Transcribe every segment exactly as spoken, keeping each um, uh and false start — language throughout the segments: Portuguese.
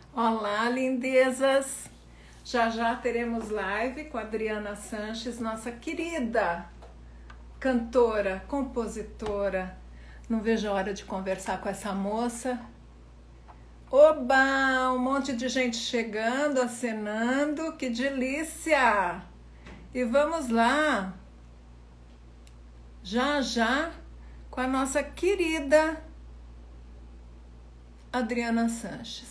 Olá, lindezas! Já já teremos live com a Adriana Sanches, nossa querida cantora, compositora. Não vejo a hora de conversar com essa moça. Oba! Um monte de gente chegando, acenando, que delícia! E vamos lá, já já, com a nossa querida Adriana Sanches.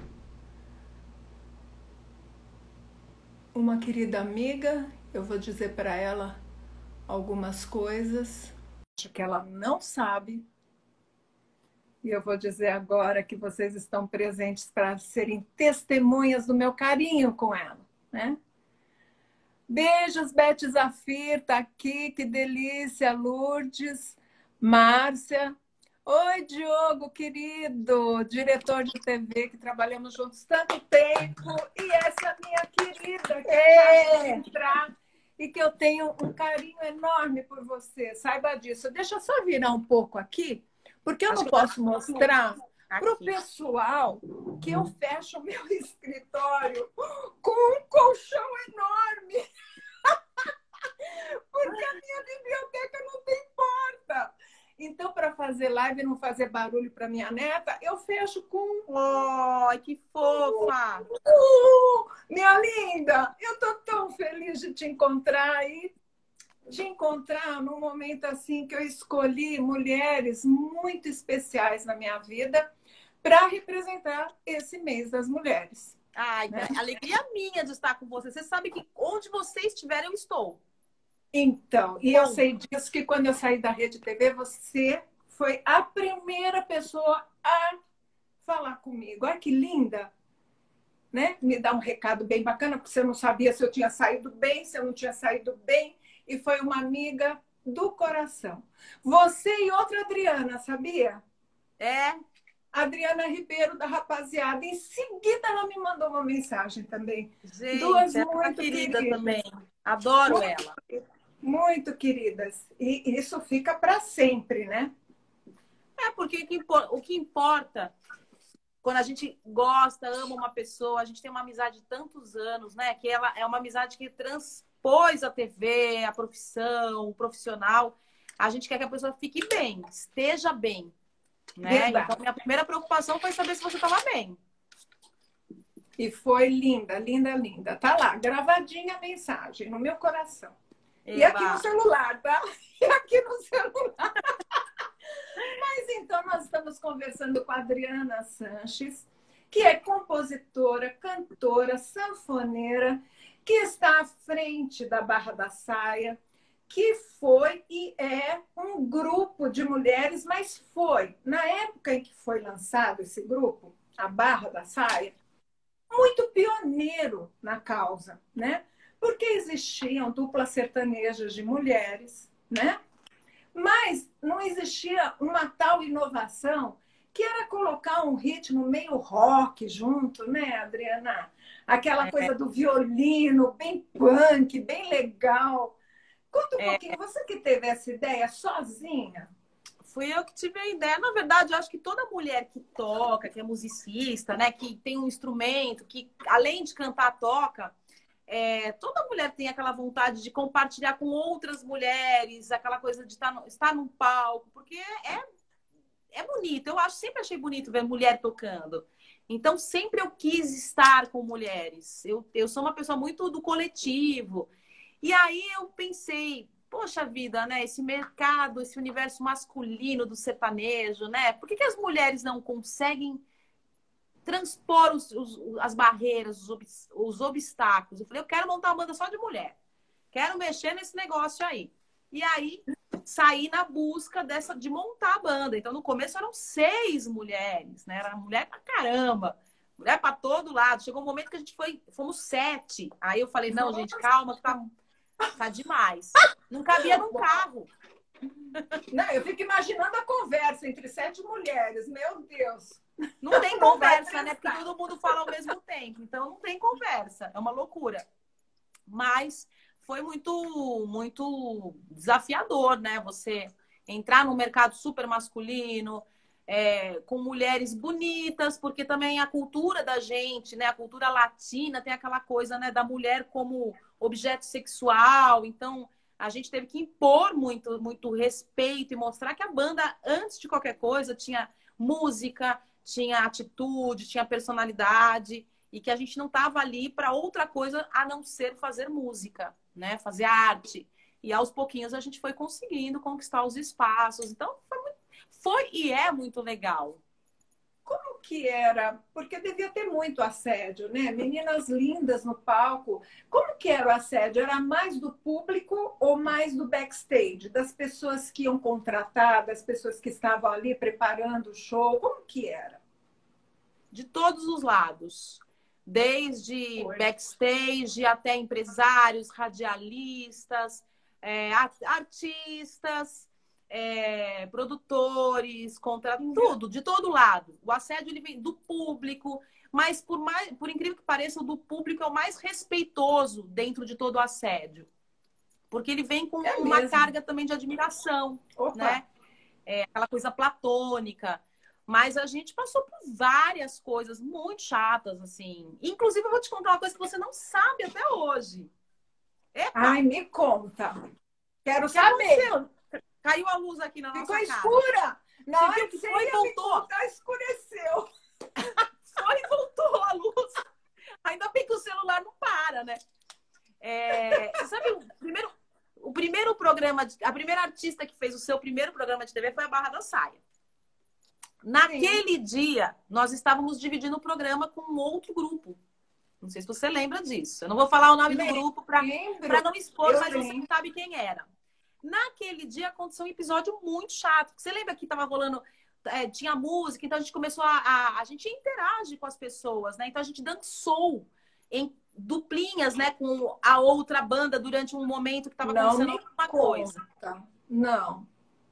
Uma querida amiga, eu vou dizer para ela algumas coisas que ela não sabe. E eu vou dizer agora que vocês estão presentes para serem testemunhas do meu carinho com ela, né? Beijos, Beth Zafir, tá aqui, que delícia, Lourdes, Márcia. Oi, Diogo, querido, diretor de T V, que trabalhamos juntos tanto tempo. E essa minha querida, que acaba de entrar e que eu tenho um carinho enorme por você. Saiba disso. Deixa eu só virar um pouco aqui, porque eu Acho não que eu posso mostrar para o aqui. pessoal que eu fecho o meu escritório com um colchão enorme. Porque a minha biblioteca não tem porta. Então, para fazer live e não fazer barulho para minha neta, eu fecho com... Oi, que fofa! Uh, minha linda, eu tô tão feliz de te encontrar aí. Te encontrar num momento assim que eu escolhi mulheres muito especiais na minha vida para representar esse mês das mulheres. Ai, né? alegria minha de estar com você. Você sabe que onde você estiver, eu estou. Então, e Bom, eu sei disso que quando eu saí da Rede T V, você foi a primeira pessoa a falar comigo. Olha que linda! Né? Me dá um recado bem bacana, porque você não sabia se eu tinha saído bem, se eu não tinha saído bem. E foi uma amiga do coração. Você e outra Adriana, sabia? É? Adriana Ribeiro, da Rapaziada. Em seguida, ela me mandou uma mensagem também. Duas Gente, ela é uma muito querida queridas. também. Adoro Muito, ela. muito queridas. E isso fica para sempre, né? É, porque o que, impor- o que importa, quando a gente gosta, ama uma pessoa, a gente tem uma amizade de tantos anos, né? Que ela é uma amizade que transpôs a T V, a profissão, o profissional. A gente quer que a pessoa fique bem, esteja bem. Né? Então, Verdade. minha primeira preocupação foi saber se você estava bem. E foi linda, linda, linda. Tá lá, gravadinha a mensagem no meu coração. E aqui no Eba. celular, tá? E aqui no celular. Mas então nós estamos conversando com a Adriana Sanches, que é compositora, cantora, sanfoneira, que está à frente da Barra da Saia, que foi e é um grupo de mulheres, mas foi, na época em que foi lançado esse grupo, a Barra da Saia, muito pioneiro na causa, né? Porque existiam duplas sertanejas de mulheres, né? Mas não existia uma tal inovação que era colocar um ritmo meio rock junto, né, Adriana? Aquela É, coisa do violino, bem punk, bem legal. Conta um é, pouquinho, você que teve essa ideia sozinha? fui eu que tive a ideia. Na verdade, eu acho que toda mulher que toca, que é musicista, né, que tem um instrumento, que além de cantar, toca, é, toda mulher tem aquela vontade de compartilhar com outras mulheres, aquela coisa de estar, no, estar num palco, porque é, é bonito. Eu acho, sempre achei bonito ver mulher tocando. Então, sempre eu quis estar com mulheres. Eu, eu sou uma pessoa muito do coletivo. E aí eu pensei, poxa vida, né? Esse mercado, esse universo masculino do sertanejo, né? Por que que as mulheres não conseguem transpor os, os- as barreiras, os, ob- os obstáculos? Eu falei, eu quero montar uma banda só de mulher. Quero mexer nesse negócio aí. E aí saí na busca dessa de montar a banda. Então no começo eram seis mulheres, né? Era mulher pra caramba. Mulher pra todo lado. Chegou um momento que a gente foi, fomos sete. Aí eu falei, não, gente, calma, que tá Tá demais. Não cabia num carro. Não, eu fico imaginando a conversa entre sete mulheres. Meu Deus, Não tem não vai conversa, né? Porque prestar. todo mundo fala ao mesmo tempo. Então não tem conversa. É uma loucura. Mas foi muito, muito desafiador, né? Você entrar num mercado super masculino. é, com mulheres bonitas, porque também a cultura da gente, né, a cultura latina tem aquela coisa, né, da mulher como objeto sexual. Então, a gente teve que impor muito, muito respeito e mostrar que a banda, antes de qualquer coisa, tinha música, tinha atitude, tinha personalidade e que a gente não estava ali para outra coisa a não ser fazer música, né, fazer arte. E aos pouquinhos a gente foi conseguindo conquistar os espaços. Então, foi muito Foi e é muito legal. Como que era? Porque devia ter muito assédio, né? Meninas lindas no palco. Como que era o assédio? Era mais do público ou mais do backstage? Das pessoas que iam contratar, das pessoas que estavam ali preparando o show? Como que era? De todos os lados. Desde Foi. backstage até empresários, radialistas, é, artistas, é, produtores, contra tudo, de todo lado. O assédio ele vem do público, mas por, mais, por incrível que pareça, o do público é o mais respeitoso dentro de todo o assédio. Porque ele vem com É uma mesmo? carga também de admiração, Opa. né? É, aquela coisa platônica. Mas a gente passou por várias coisas muito chatas, assim. Inclusive, eu vou te contar uma coisa que você não sabe até hoje. Epa! Ai, me conta. Quero O que saber. aconteceu? Caiu a luz aqui na nossa Ficou casa. escura. Na Você hora viu que que você foi e ia me voltou? contar, escureceu. Foi e voltou a luz. Ainda bem que o celular não para, né? É, você sabe, o primeiro, o primeiro programa, de, a primeira artista que fez o seu primeiro programa de T V foi a Barra da Saia. Naquele Sim. dia, nós estávamos dividindo o programa com um outro grupo. Não sei se você lembra disso. Eu não vou falar o nome Lembro. do grupo para não expor, Eu mas lembro. você sabe quem era. Naquele dia aconteceu um episódio muito chato. Você lembra que estava rolando, é, tinha música, então a gente começou a, a... A gente interage com as pessoas, né? Então a gente dançou em duplinhas, né? Com a outra banda durante um momento que estava acontecendo alguma coisa. Não.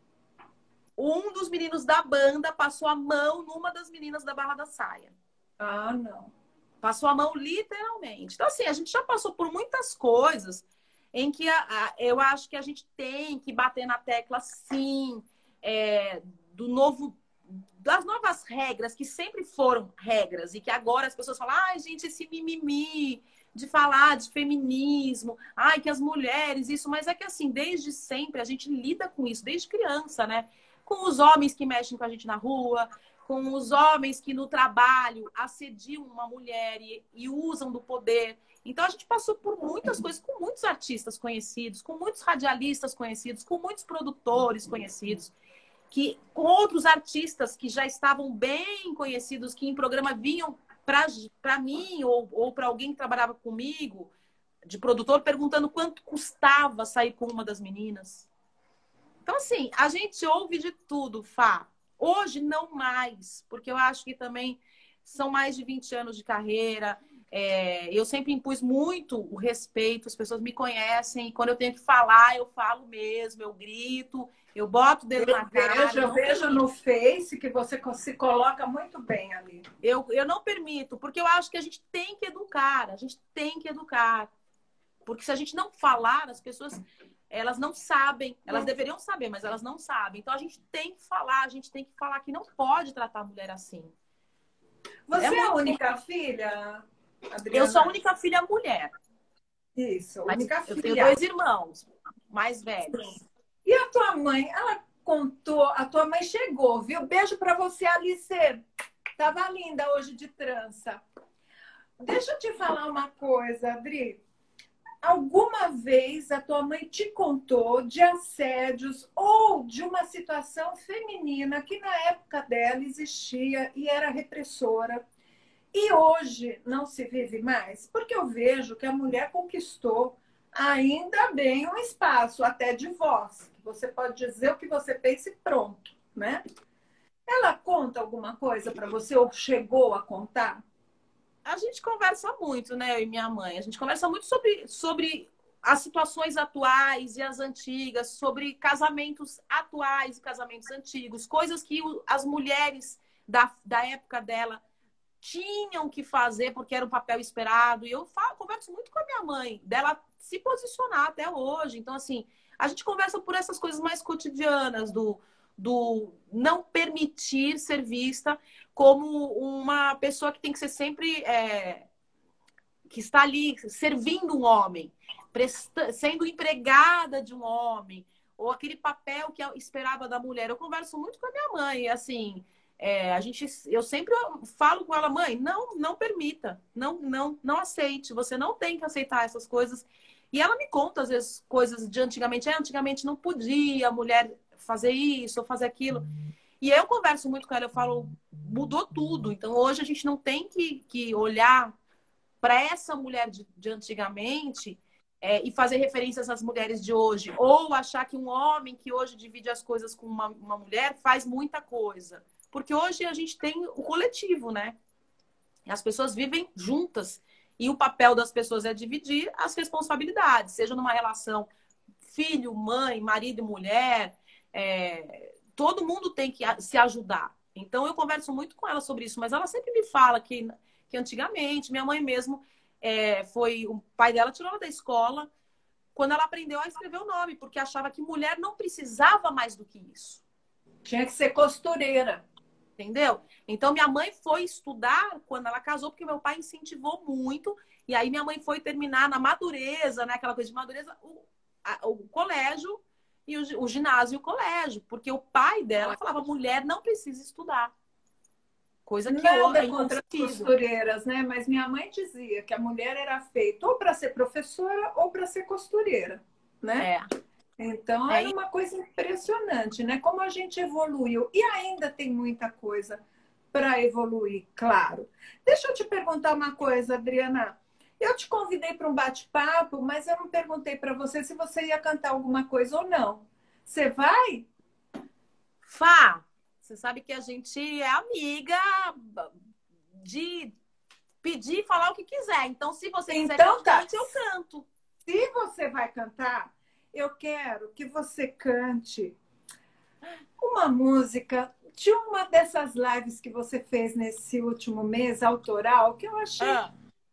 Um dos meninos da banda passou a mão numa das meninas da Barra da Saia. Ah, não. Passou a mão literalmente. Então, assim, a gente já passou por muitas coisas em que a, a, eu acho que a gente tem que bater na tecla, sim, é, do novo, das novas regras, que sempre foram regras, e que agora as pessoas falam, ai, gente, esse mimimi de falar de feminismo, ai, que as mulheres, isso, mas é que assim, desde sempre a gente lida com isso, desde criança, né? Com os homens que mexem com a gente na rua, com os homens que no trabalho assediam uma mulher e, e usam do poder. Então a gente passou por muitas coisas com muitos artistas conhecidos, com muitos radialistas conhecidos, com muitos produtores conhecidos, que com outros artistas que já estavam bem conhecidos, que em programa vinham para mim ou, ou para alguém que trabalhava comigo, de produtor, perguntando quanto custava sair com uma das meninas. Então, assim, a gente ouve de tudo, Fá. Hoje, não mais, porque eu acho que também são mais de vinte anos de carreira. É, eu sempre impus muito o respeito, as pessoas me conhecem, e quando eu tenho que falar, eu falo mesmo, eu grito, eu boto o dedo eu na cara. Vejo, eu vejo permito. No Face que você se coloca muito bem ali. Eu, eu não permito, porque eu acho que a gente tem que educar, a gente tem que educar. Porque se a gente não falar, as pessoas... Elas não sabem, elas deveriam saber, mas elas não sabem. Então a gente tem que falar, a gente tem que falar que não pode tratar a mulher assim. Você é, é a única filha, Adriana? Eu sou a única filha mulher. Isso, mas única eu filha. tenho dois irmãos mais velhos. Sim. E a tua mãe, ela contou, a tua mãe chegou, viu? Beijo pra você, Alice. Tava linda hoje de trança. Deixa eu te falar uma coisa, Adri. Alguma vez a tua mãe te contou de assédios ou de uma situação feminina que na época dela existia e era repressora e hoje não se vive mais? Porque eu vejo que a mulher conquistou ainda bem um espaço até de voz. Você pode dizer o que você pensa e pronto, né? Ela conta alguma coisa para você ou chegou a contar? A gente conversa muito, né, eu e minha mãe. A gente conversa muito sobre, sobre as situações atuais e as antigas, sobre casamentos atuais e casamentos antigos, coisas que as mulheres da, da época dela tinham que fazer porque era um papel esperado. E eu falo, converso muito com a minha mãe, dela se posicionar até hoje. Então, assim, a gente conversa por essas coisas mais cotidianas, do, do não permitir ser vista como uma pessoa que tem que ser sempre... É, que está ali servindo um homem, presta, sendo empregada de um homem, ou aquele papel que eu esperava da mulher. Eu converso muito com a minha mãe, assim, é, a gente, eu sempre falo com ela, mãe, não, não permita, não, não, não aceite, você não tem que aceitar essas coisas. E ela me conta, às vezes, coisas de antigamente, é, antigamente não podia a mulher fazer isso ou fazer aquilo. E eu converso muito com ela, eu falo, mudou tudo. Então, hoje a gente não tem que, que olhar para essa mulher de, de antigamente é, e fazer referências às mulheres de hoje. Ou achar que um homem que hoje divide as coisas com uma, uma mulher faz muita coisa. Porque hoje a gente tem o coletivo, né? As pessoas vivem juntas. E o papel das pessoas é dividir as responsabilidades. Seja numa relação filho, mãe, marido e mulher. É, todo mundo tem que se ajudar. Então, eu converso muito com ela sobre isso. Mas ela sempre me fala que... que antigamente, minha mãe mesmo, é, foi o pai dela tirou ela da escola quando ela aprendeu a escrever o nome, porque achava que mulher não precisava mais do que isso. Tinha que ser costureira. Entendeu? Então, minha mãe foi estudar quando ela casou, porque meu pai incentivou muito, e aí minha mãe foi terminar na madureza, né? Aquela coisa de madureza, o, a, o colégio, e o, o ginásio e o colégio, porque o pai dela falava, mulher não precisa estudar. Coisa que Nada é contra as costureiras, né? Mas minha mãe dizia que a mulher era feita ou para ser professora ou para ser costureira, né? É. Então, é. era uma coisa impressionante, né? Como a gente evoluiu. E ainda tem muita coisa para evoluir, claro. Deixa eu te perguntar uma coisa, Adriana. Eu te convidei para um bate-papo, mas eu não perguntei para você se você ia cantar alguma coisa ou não. Você vai? Fá, você sabe que a gente é amiga de pedir e falar o que quiser. Então, se você quiser então, cantar, tá. eu canto. Se você vai cantar, eu quero que você cante uma música de uma dessas lives que você fez nesse último mês, autoral, que eu achei ah.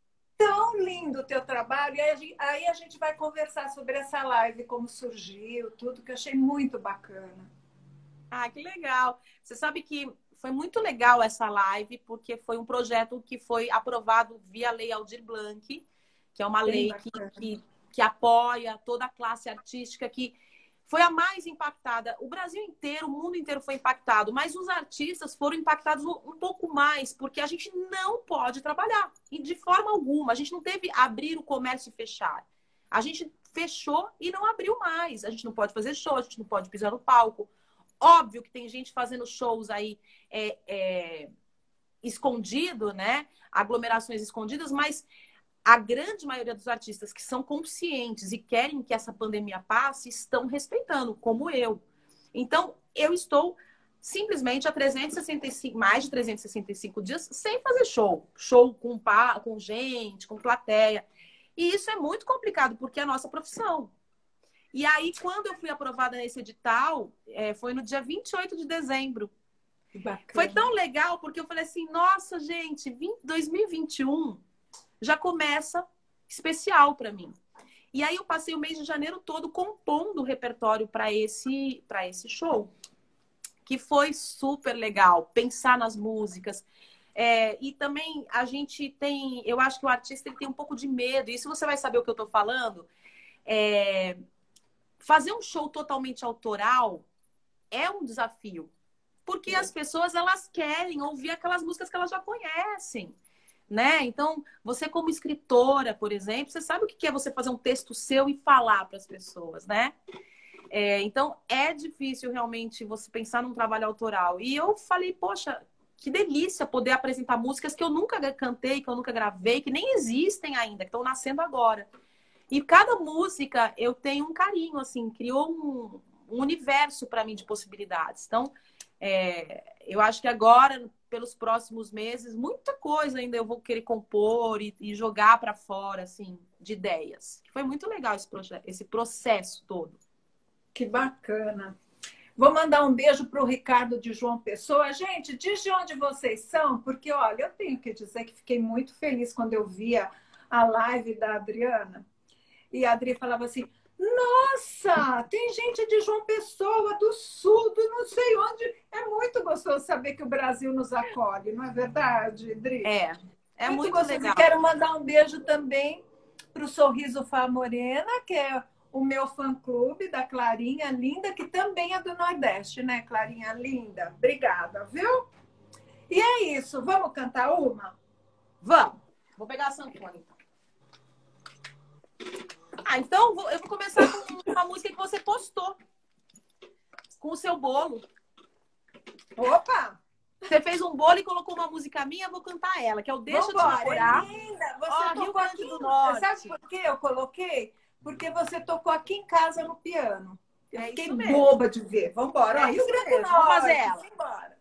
tão lindo o teu trabalho. E aí, aí a gente vai conversar sobre essa live, como surgiu, tudo, que eu achei muito bacana. Ah, que legal. Você sabe que foi muito legal essa live, porque foi um projeto que foi aprovado via Lei Aldir Blanc, que é uma Bem lei que, que, que apoia toda a classe artística, que foi a mais impactada. O Brasil inteiro, o mundo inteiro foi impactado, mas os artistas foram impactados um pouco mais, porque a gente não pode trabalhar, e de forma alguma. A gente não teve abrir o comércio e fechar. A gente fechou e não abriu mais. A gente não pode fazer show, a gente não pode pisar no palco. Óbvio que tem gente fazendo shows aí é, é, escondido, né? Aglomerações escondidas, mas a grande maioria dos artistas que são conscientes e querem que essa pandemia passe estão respeitando, como eu. Então, eu estou simplesmente há trezentos e sessenta e cinco, mais de trezentos e sessenta e cinco dias sem fazer show. Show com, com gente, com plateia. E isso é muito complicado, porque é a nossa profissão. E aí, quando eu fui aprovada nesse edital, é, foi no dia vinte e oito de dezembro. Que bacana. Foi tão legal, porque eu falei assim, nossa, gente, dois mil e vinte e um já começa especial para mim. E aí eu passei o mês de janeiro todo compondo o repertório para esse, para esse show. Que foi super legal, pensar nas músicas. É, e também a gente tem, eu acho que o artista ele tem um pouco de medo, e isso você vai saber o que eu estou falando. É... Fazer um show totalmente autoral é um desafio. Porque as pessoas, elas querem ouvir aquelas músicas que elas já conhecem, né? Então, você como escritora, por exemplo, você sabe o que é você fazer um texto seu e falar para as pessoas, né? É, então, é difícil realmente você pensar num trabalho autoral. E eu falei, poxa, que delícia poder apresentar músicas que eu nunca cantei, que eu nunca gravei, que nem existem ainda, que estão nascendo agora. E cada música eu tenho um carinho, assim, criou um, um universo para mim de possibilidades. Então, é, eu acho que agora, pelos próximos meses, muita coisa ainda eu vou querer compor e, e jogar para fora, assim, de ideias. Foi muito legal esse, esse processo todo. Que bacana. Vou mandar um beijo para o Ricardo de João Pessoa. Gente, diz de onde vocês são, porque, olha, eu tenho que dizer que fiquei muito feliz quando eu via a live da Adriana. E a Adri falava assim, Nossa, tem gente de João Pessoa, do Sul, do não sei onde. É muito gostoso saber que o Brasil nos acolhe, não é verdade, Dri? É, é Muito muito gostoso. E legal. quero mandar um beijo também para o Sorriso Fá Morena, que é o meu fã-clube da Clarinha Linda, que também é do Nordeste, né, Clarinha Linda? Obrigada, viu? E é isso. Vamos cantar uma? Vamos. Vou pegar a sanfona, então. Ah, então eu vou começar com uma música que você postou. Com o seu bolo. Opa! Você fez um bolo e colocou uma música minha, eu vou cantar ela, que é o Deixa Eu Te Namorar. É linda! Você Ó, tocou Rio Grande aqui. do Norte. Sabe por que eu coloquei? Porque você tocou aqui em casa no piano. Eu É fiquei isso mesmo. boba de ver. Vamos embora. É Rio isso Grande do mesmo. Norte. Vamos fazer ela. Simbora.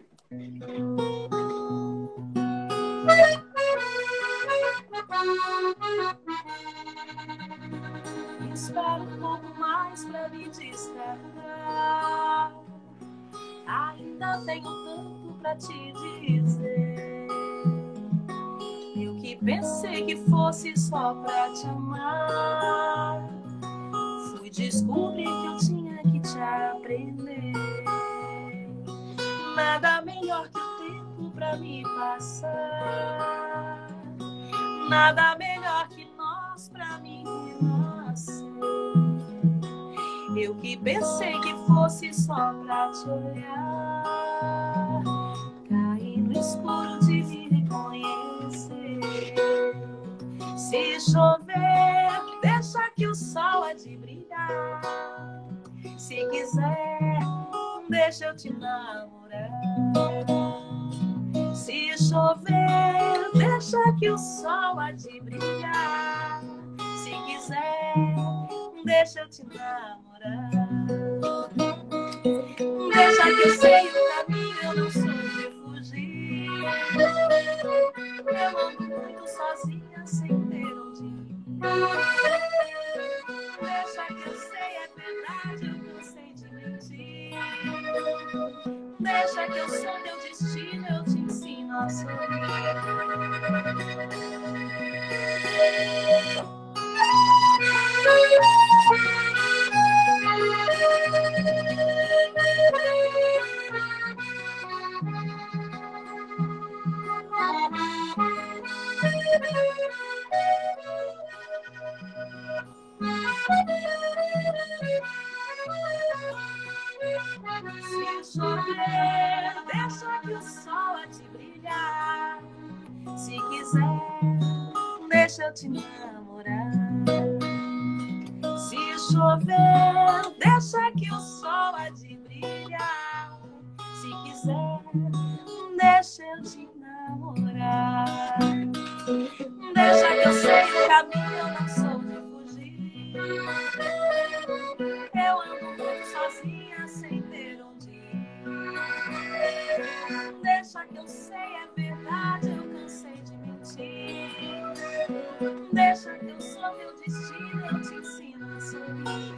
Espero um pouco mais pra me descarregar. Ainda tenho tanto pra te dizer. Eu que pensei que fosse só pra te amar, fui descobrir que eu tinha que te aprender. Nada melhor que o tempo pra me passar, nada melhor que nós pra me renascer. Eu que pensei que fosse só pra te olhar, caí no escuro de me reconhecer. Se chover, deixa que o sol há de brilhar. Se quiser, deixa eu te namorar. Se chover, deixa que o sol há de brilhar. Se quiser, deixa eu te namorar. Deixa que eu sei o caminho, eu não sou de fugir. Eu ando muito sozinha, sem ter onde ir. Deixa que eu sei, é verdade, eu cansei de mentir. Deixa que eu sou teu destino, eu te ensino a sorrir. Se chover, deixa que o sol há de brilhar. Se quiser, deixa eu te namorar. Se chover, deixa que o sol há de brilhar. Se quiser, deixa eu te namorar. Deixa que eu sei o caminho, eu não sou de fugir. Eu ando muito sozinha, sem ter onde ir. Deixa que eu sei, é verdade, eu cansei de mentir. Deixa que eu sou teu destino, eu te ensino a sorrir.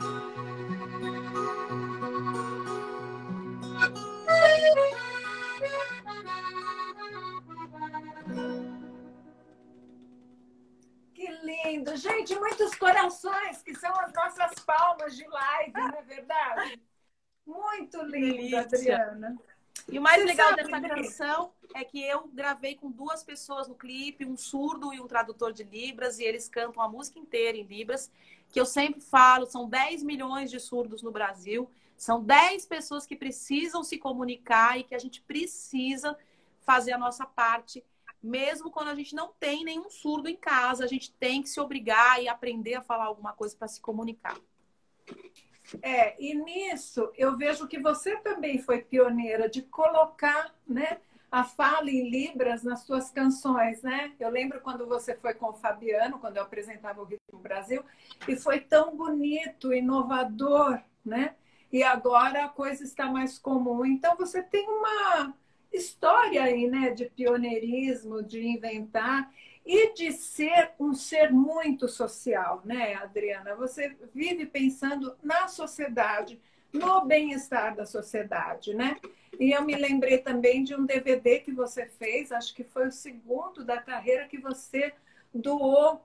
Que lindo! Gente, muitos corações, que são as nossas palmas de live, não é verdade? Muito lindo, Adriana. E o mais Você legal sabe, dessa Dri? canção é que eu gravei com duas pessoas no clipe, um surdo e um tradutor de Libras, e eles cantam a música inteira em Libras, que eu sempre falo, são dez milhões de surdos no Brasil, são dez pessoas que precisam se comunicar e que a gente precisa fazer a nossa parte, mesmo quando a gente não tem nenhum surdo em casa, a gente tem que se obrigar e aprender a falar alguma coisa para se comunicar. É, e nisso eu vejo que você também foi pioneira de colocar, né, a fala em Libras nas suas canções, né? Eu lembro quando você foi com o Fabiano, quando eu apresentava o Ritmo Brasil, e foi tão bonito, inovador, né? E agora a coisa está mais comum. Então você tem uma história aí, né, de pioneirismo, de inventar e de ser um ser muito social, né, Adriana? Você vive pensando na sociedade, no bem-estar da sociedade, né? E eu me lembrei também de um D V D que você fez, acho que foi o segundo da carreira, que você doou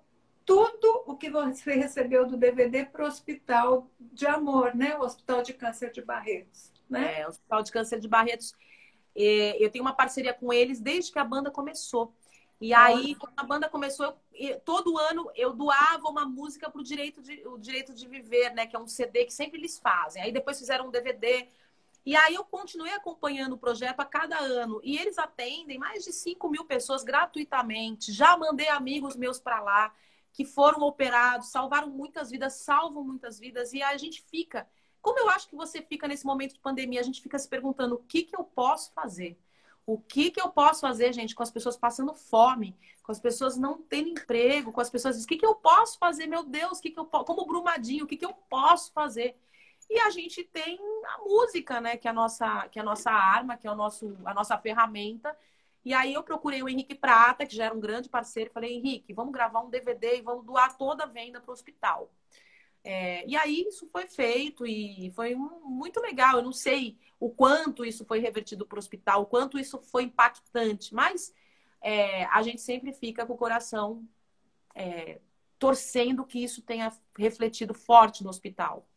tudo o que você recebeu do D V D para o Hospital de Amor, né? O Hospital de Câncer de Barretos, né? É, o Hospital de Câncer de Barretos. É, eu tenho uma parceria com eles desde que a banda começou. E aí, quando a banda começou, eu, todo ano eu doava uma música para o direito de, o direito de Viver, né? Que é um C D que sempre eles fazem. Aí depois fizeram um D V D. E aí eu continuei acompanhando o projeto a cada ano. E eles atendem mais de cinco mil pessoas gratuitamente. Já mandei amigos meus para lá, que foram operados, salvaram muitas vidas, salvam muitas vidas. E a gente fica... Como eu acho que você fica nesse momento de pandemia, a gente fica se perguntando o que, que eu posso fazer? O que, que eu posso fazer, gente, com as pessoas passando fome, com as pessoas não tendo emprego, com as pessoas dizendo, o que, que eu posso fazer, meu Deus, o que que eu posso... como Brumadinho, o que, que eu posso fazer? E a gente tem a música, né, que é a nossa, que é a nossa arma, que é o nosso, a nossa ferramenta. E aí eu procurei o Henrique Prata, que já era um grande parceiro, e falei, Henrique, vamos gravar um D V D e vamos doar toda a venda para o hospital. É, e aí isso foi feito e foi um, muito legal. Eu não sei o quanto isso foi revertido para o hospital, o quanto isso foi impactante, mas é, a gente sempre fica com o coração é, torcendo que isso tenha refletido forte no hospital.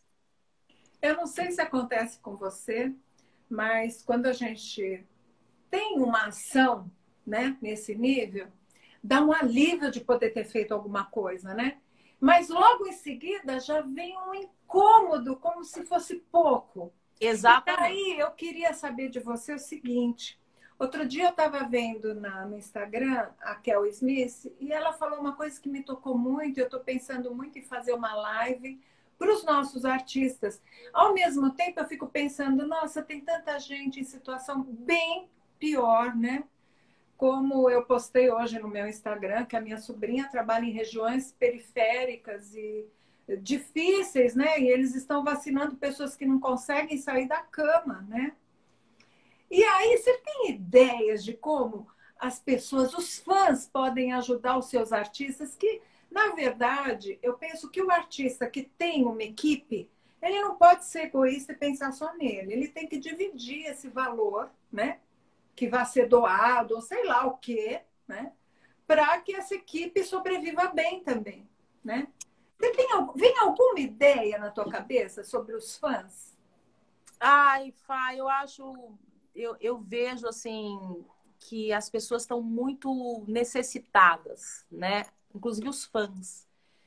Eu não sei se acontece com você, mas quando a gente tem uma ação, né, nesse nível, dá um alívio de poder ter feito alguma coisa, né? Mas logo em seguida já vem um incômodo, como se fosse pouco. Exatamente. E aí eu queria saber de você o seguinte. Outro dia eu estava vendo na, no Instagram a Kel Smith e ela falou uma coisa que me tocou muito. Eu estou pensando muito em fazer uma live para os nossos artistas. Ao mesmo tempo eu fico pensando, nossa, tem tanta gente em situação bem pior, né? Como eu postei hoje no meu Instagram, que a minha sobrinha trabalha em regiões periféricas e difíceis, né? E eles estão vacinando pessoas que não conseguem sair da cama, né? E aí, você tem ideias de como as pessoas, os fãs, podem ajudar os seus artistas? Que, na verdade, eu penso que o artista que tem uma equipe, ele não pode ser egoísta e pensar só nele. Ele tem que dividir esse valor, né? Que vai ser doado, ou sei lá o quê, né? Para que essa equipe sobreviva bem também, né? Você tem, vem alguma ideia na tua cabeça sobre os fãs? Ai, Fá, eu acho, eu, eu vejo assim que as pessoas estão muito necessitadas, né? Inclusive os fãs.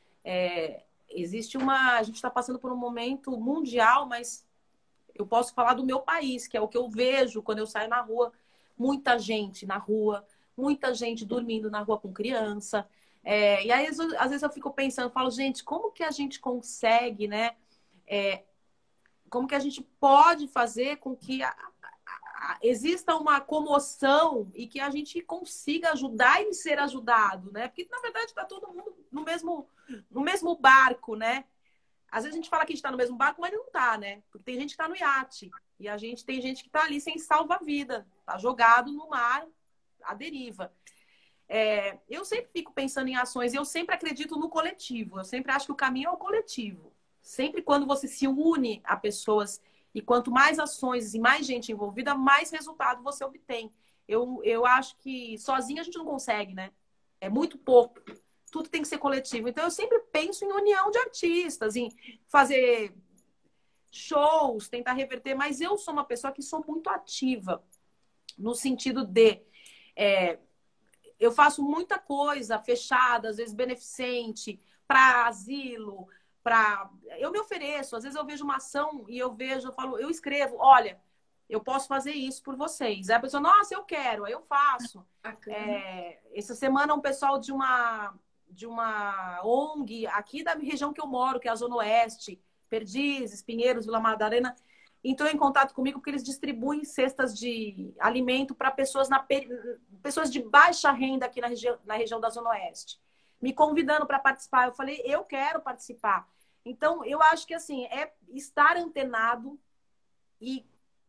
É, existe uma, a gente está passando por um momento mundial, mas eu posso falar do meu país, que é o que eu vejo quando eu saio na rua. Muita gente na rua, muita gente dormindo na rua com criança. É, e aí, às vezes, eu fico pensando, falo, gente, como que a gente consegue, né? É, como que a gente pode fazer com que a, a, a, exista uma comoção e que a gente consiga ajudar e ser ajudado, né? Porque, na verdade, está todo mundo no mesmo, no mesmo barco, né? Às vezes a gente fala que a gente está no mesmo barco, mas não está, né? Porque tem gente que está no iate. E a gente tem gente que está ali sem salva-vida. Está jogado no mar, à deriva. É, eu sempre fico pensando em ações. Eu sempre acredito no coletivo. Eu sempre acho que o caminho é o coletivo. Sempre quando você se une a pessoas e quanto mais ações e mais gente envolvida, mais resultado você obtém. Eu, eu acho que sozinho a gente não consegue, né? É muito pouco. Tudo tem que ser coletivo. Então, eu sempre penso em união de artistas, em fazer shows, tentar reverter. Mas eu sou uma pessoa que sou muito ativa, no sentido de... É, eu faço muita coisa fechada, às vezes beneficente, para asilo, para... Eu me ofereço. Às vezes eu vejo uma ação e eu vejo, eu falo, eu escrevo, olha, eu posso fazer isso por vocês. Aí a pessoa, nossa, eu quero, aí eu faço. É, essa semana um pessoal de uma... de uma O N G aqui da região que eu moro, que é a Zona Oeste, Perdizes, Pinheiros, Vila Madalena, entrou em contato comigo porque eles distribuem cestas de alimento para pessoas, na, pessoas de baixa renda aqui na, regi na região da Zona Oeste, me convidando para participar. Eu falei, eu quero participar. Então, eu acho que assim, é estar antenado e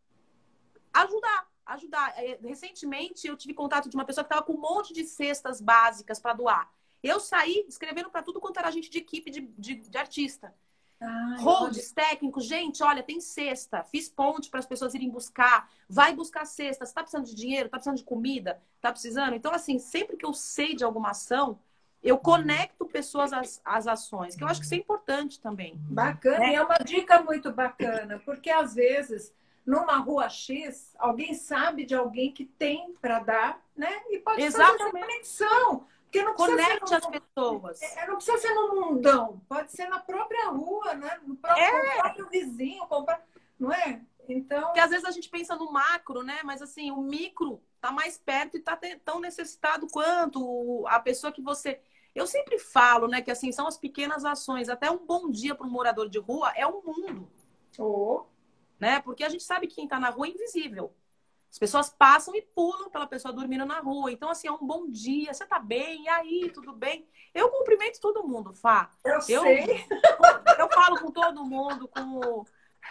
ajudar. Ajudar. Recentemente, eu tive contato de uma pessoa que estava com um monte de cestas básicas para doar. Eu saí escrevendo para tudo quanto era gente de equipe de, de, de artista. Holds, técnicos, gente, olha, tem cesta. Fiz ponte para as pessoas irem buscar. Vai buscar cesta. Você está precisando de dinheiro? Está precisando de comida? Está precisando? Então, assim, sempre que eu sei de alguma ação, eu conecto pessoas às, às ações, que eu acho que isso é importante também. Bacana, né? e é uma dica muito bacana, porque às vezes, numa rua X, alguém sabe de alguém que tem para dar, né? E pode fazer essa Exatamente. conexão. Porque não precisa ser Conecte as no, pessoas. é, não precisa ser no mundão, pode ser na própria rua, né? No próprio, com o É, próprio vizinho, com o pró- não é? porque Então, às vezes a gente pensa no macro, né? Mas assim, o micro tá mais perto e tá te- tão necessitado quanto o- a pessoa que você. Eu sempre falo, né, que assim são as pequenas ações. Até um bom dia para um morador de rua é um mundo, oh, né? Porque a gente sabe que quem tá na rua é invisível. As pessoas passam e pulam pela pessoa dormindo na rua. Então, assim, é um bom dia. Você tá bem? E aí, tudo bem? Eu cumprimento todo mundo, Fá. eu Eu, sei. eu falo com todo mundo, com o-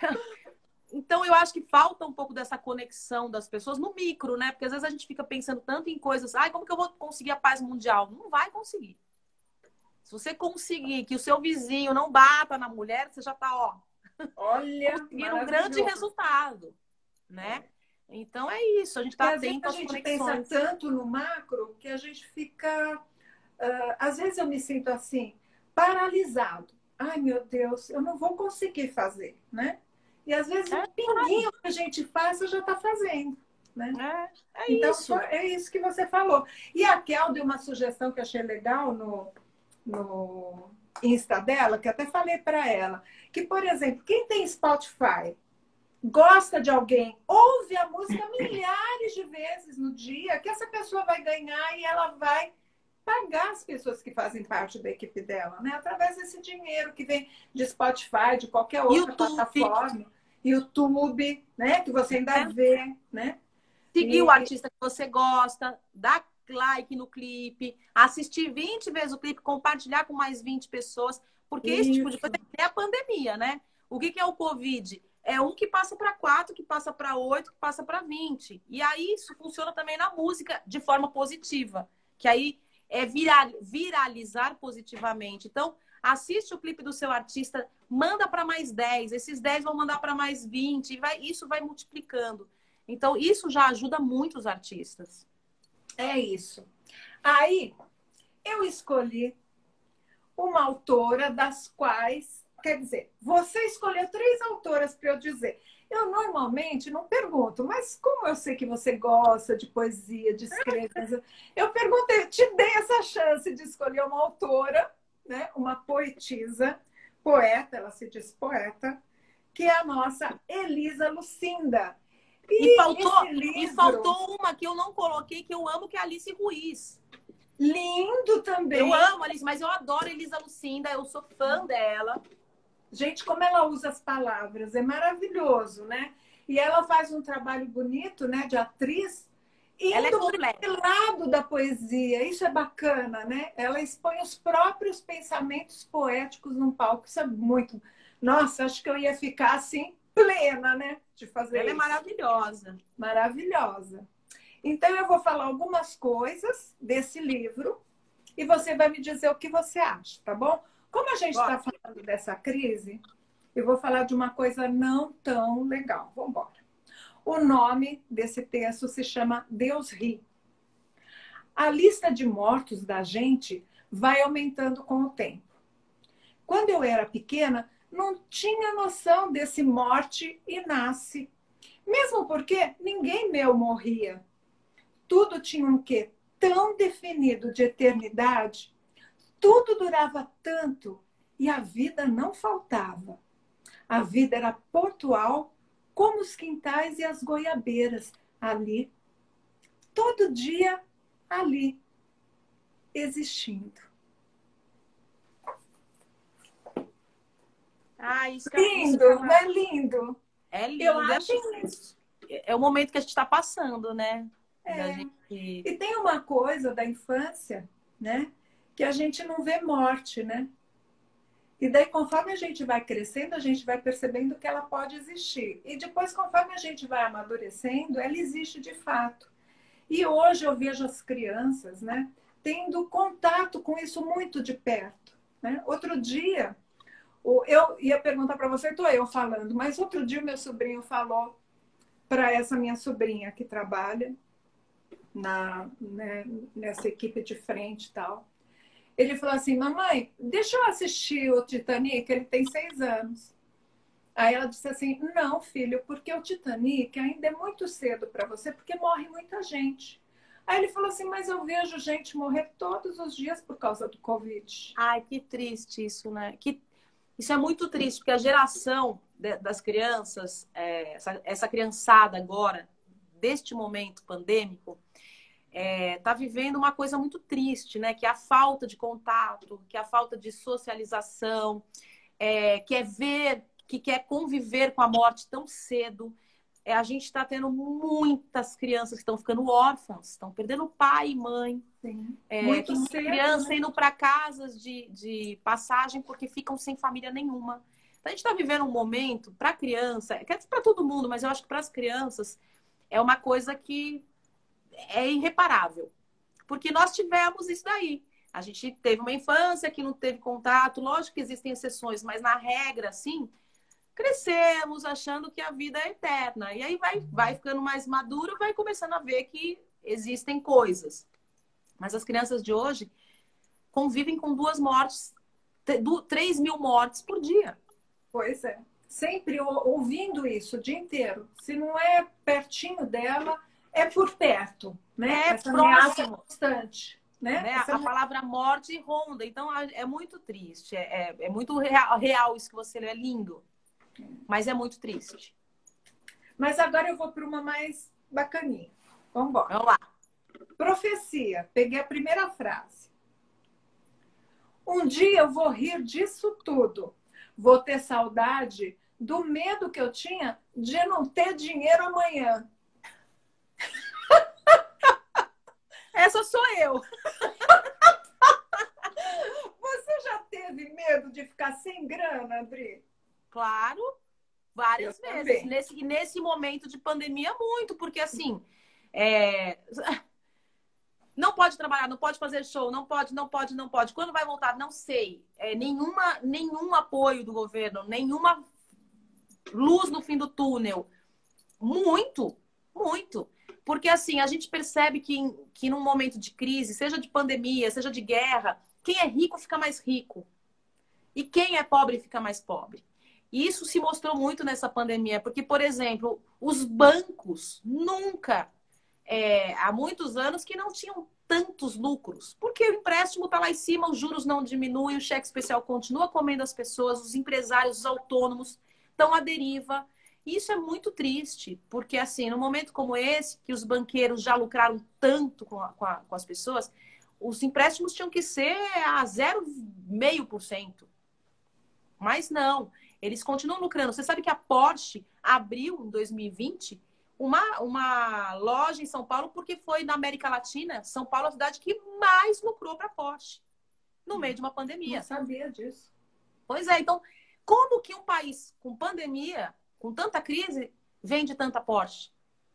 Então, eu acho que falta um pouco dessa conexão das pessoas no micro, né? Porque às vezes a gente fica pensando tanto em coisas, ai, como que eu vou conseguir a paz mundial? Não vai conseguir. Se você conseguir que o seu vizinho não bata na mulher, você já tá, ó, Olha, conseguindo um grande maravilhoso. resultado, né? Então é isso, a gente E tá às vezes atento a às gente pensa conexões. tanto no macro que a gente fica. ah, às vezes eu me sinto assim, paralisado. Ai, meu Deus, eu não vou conseguir fazer, né? E às vezes um É, pinguinho que a gente faça já está fazendo, né? é, é Então, isso. foi- é isso que você falou. E a Kel deu uma sugestão que eu achei legal no, no Insta dela, que eu até falei para ela, que, por exemplo, quem tem Spotify, gosta de alguém, ouve a música milhares de vezes no dia, que essa pessoa vai ganhar e ela vai pagar as pessoas que fazem parte da equipe dela, né? Através desse dinheiro que vem de Spotify, de qualquer outra YouTube, plataforma, YouTube, né? Que você ainda né? vê, né? Seguir o E, artista que você gosta, dar like no clipe, assistir vinte vezes o clipe, compartilhar com mais vinte pessoas, porque esse tipo de coisa isso, é a pandemia, né? O que que é o Covid? É um que passa para quatro, que passa para oito, que passa para vinte. E aí isso funciona também na música de forma positiva, que aí é viral, viralizar positivamente. Então, assiste o clipe do seu artista, manda para mais dez, esses dez vão mandar para mais vinte, e vai, isso vai multiplicando. Então, isso já ajuda muito os artistas. é isso. Aí eu escolhi uma autora das quais, quer dizer, você escolheu três autoras para eu dizer. Eu normalmente não pergunto, mas como eu sei que você gosta de poesia, de escrever, eu perguntei, te dei essa chance de escolher uma autora, né, uma poetisa, poeta, ela se diz poeta, que é a nossa Elisa Lucinda. E E faltou, esse e livro, faltou uma que eu não coloquei, que eu amo, que é a Alice Ruiz. lindo Eu também. amo a Alice, mas eu adoro a Elisa Lucinda, eu sou fã dela. Gente, como ela usa as palavras, é maravilhoso, né? E ela faz um trabalho bonito, né, de atriz, Ela é indo para completa. esse lado da poesia. Isso é bacana, né? Ela expõe os próprios pensamentos poéticos num palco. Isso é muito. Nossa, acho que eu ia ficar assim, plena, né, de fazer Ela é isso. maravilhosa. Maravilhosa. Então, eu vou falar algumas coisas desse livro e você vai me dizer o que você acha, tá bom? Como a gente está Ó, falando dessa crise, eu vou falar de uma coisa não tão legal. Vamos embora. O nome desse texto se chama Deus ri. A lista de mortos da gente vai aumentando com o tempo. Quando eu era pequena, não tinha noção desse morte e nasce. Mesmo porque ninguém meu morria. Tudo tinha um quê tão definido de eternidade. Tudo durava tanto e a vida não faltava. A vida era portual como os quintais e as goiabeiras, ali, todo dia ali, existindo. ah, isso que, isso que Lindo, não ela... é lindo? É Eu lindo. É, acho assim, isso. é o momento que a gente está passando, né? Da É. gente... E tem uma coisa da infância, né? Que a gente não vê morte, né? E daí, conforme a gente vai crescendo, a gente vai percebendo que ela pode existir. E depois, conforme a gente vai amadurecendo, ela existe de fato. E hoje eu vejo as crianças, né, tendo contato com isso muito de perto. Né? Outro dia, eu ia perguntar para você, estou eu falando, mas outro dia o meu sobrinho falou para essa minha sobrinha que trabalha na, né, nessa equipe de frente e tal. Ele falou assim, mamãe, deixa eu assistir o Titanic, ele tem seis anos. Aí ela disse assim, não, filho, porque o Titanic ainda é muito cedo para você, porque morre muita gente. Aí ele falou assim, mas eu vejo gente morrer todos os dias por causa do Covid. Ai, que triste isso, né? Que... Isso é muito triste, porque a geração de, das crianças, é, essa, essa criançada agora, deste momento pandêmico, está é, vivendo uma coisa muito triste, né? Que é a falta de contato, que é a falta de socialização, é, que é ver, que quer conviver com a morte tão cedo. É, a gente está tendo muitas crianças que estão ficando órfãs, estão perdendo pai e mãe. Sim. É, Muito tem cedo, criança né? indo para casas de, de passagem porque ficam sem família nenhuma. Então, a gente está vivendo um momento para criança, quer dizer, para todo mundo, mas eu acho que para as crianças é uma coisa que é irreparável. Porque nós tivemos isso daí. A gente teve uma infância que não teve contato, lógico que existem exceções, mas na regra, assim, crescemos achando que a vida é eterna. E aí vai, vai ficando mais maduro, vai começando a ver que existem coisas. Mas as crianças de hoje convivem com duas mortes, três mil mortes por dia. Pois é. Sempre ouvindo isso o dia inteiro. Se não é pertinho dela, é por perto, né? É Essa ameaça próximo. Constante, né? Né? Essa... A palavra morte ronda. Então, é muito triste. É, é, é muito real, real isso que você lê. É lindo. Mas é muito triste. Mas agora eu vou para uma mais bacaninha. Vamos embora. Vamos lá. Profecia. Peguei a primeira frase. Um dia eu vou rir disso tudo. Vou ter saudade do medo que eu tinha de não ter dinheiro amanhã. Essa sou eu. Você já teve medo de ficar sem grana, Adri? Claro, várias Eu vezes. Nesse, e nesse momento de pandemia, muito. Porque, assim, é... não pode trabalhar, não pode fazer show, não pode, não pode, não pode. Quando vai voltar, não sei. É, nenhuma, nenhum apoio do governo, nenhuma luz no fim do túnel. Muito, muito. Porque, assim, a gente percebe que, que num momento de crise, seja de pandemia, seja de guerra, quem é rico fica mais rico. E quem é pobre fica mais pobre. E isso se mostrou muito nessa pandemia. Porque, por exemplo, os bancos nunca, é, há muitos anos, que não tinham tantos lucros. Porque o empréstimo está lá em cima, os juros não diminuem, o cheque especial continua comendo as pessoas, os empresários, os autônomos estão à deriva. Isso é muito triste, porque assim, num momento como esse, que os banqueiros já lucraram tanto com, a, com, a, com as pessoas, os empréstimos tinham que ser a zero vírgula cinco por cento. Mas não, eles continuam lucrando. Você sabe que a Porsche abriu em dois mil e vinte uma, uma loja em São Paulo, porque foi na América Latina, São Paulo é a cidade que mais lucrou para a Porsche, no meio de uma pandemia. Não sabia disso. Pois é, então, como que um país com pandemia, com tanta crise, vende tanta Porsche?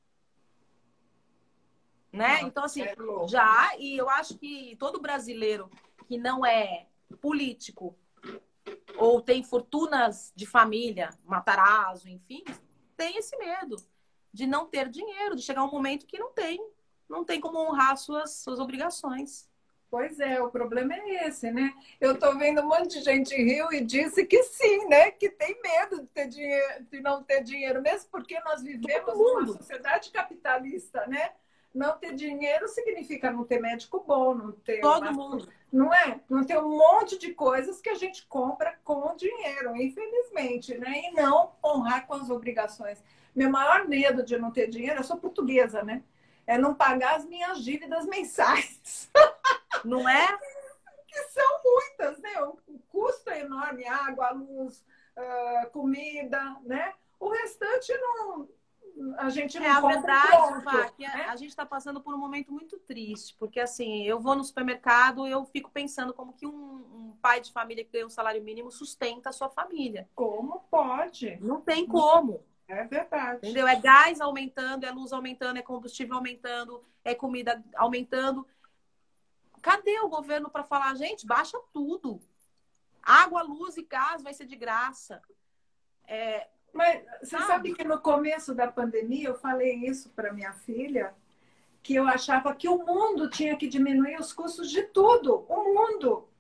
Né? Não, então, assim, é já, e eu acho que todo brasileiro que não é político ou tem fortunas de família, Matarazzo, enfim, tem esse medo de não ter dinheiro, de chegar um momento que não tem, não tem como honrar suas, suas obrigações. Pois é, o problema é esse, né? Eu tô vendo um monte de gente riu e disse que sim, né? Que tem medo de ter dinheiro, de não ter dinheiro, mesmo porque nós vivemos numa sociedade capitalista, né? Não ter dinheiro significa não ter médico bom, não ter Todo uma... mundo. Não é? Não ter um monte de coisas que a gente compra com dinheiro, infelizmente, né? E não honrar com as obrigações. Meu maior medo de não ter dinheiro, eu sou portuguesa, né? É não pagar as minhas dívidas mensais. Não é? Que são muitas, né? O custo é enorme, água, luz, uh, comida, né? O restante não... A gente não é a compra verdade, pronto, Fá, que né? a, a gente está passando por um momento muito triste, porque assim, eu vou no supermercado, eu fico pensando como que um, um pai de família que ganha um salário mínimo sustenta a sua família. Como pode? Não tem como. É verdade. Entendeu? É gás aumentando, é luz aumentando, é combustível aumentando, é comida aumentando. Cadê o governo para falar, gente, baixa tudo. Água, luz e gás vai ser de graça. É, Mas você sabe? sabe que no começo da pandemia eu falei isso para minha filha, que eu achava que o mundo tinha que diminuir os custos de tudo. O mundo.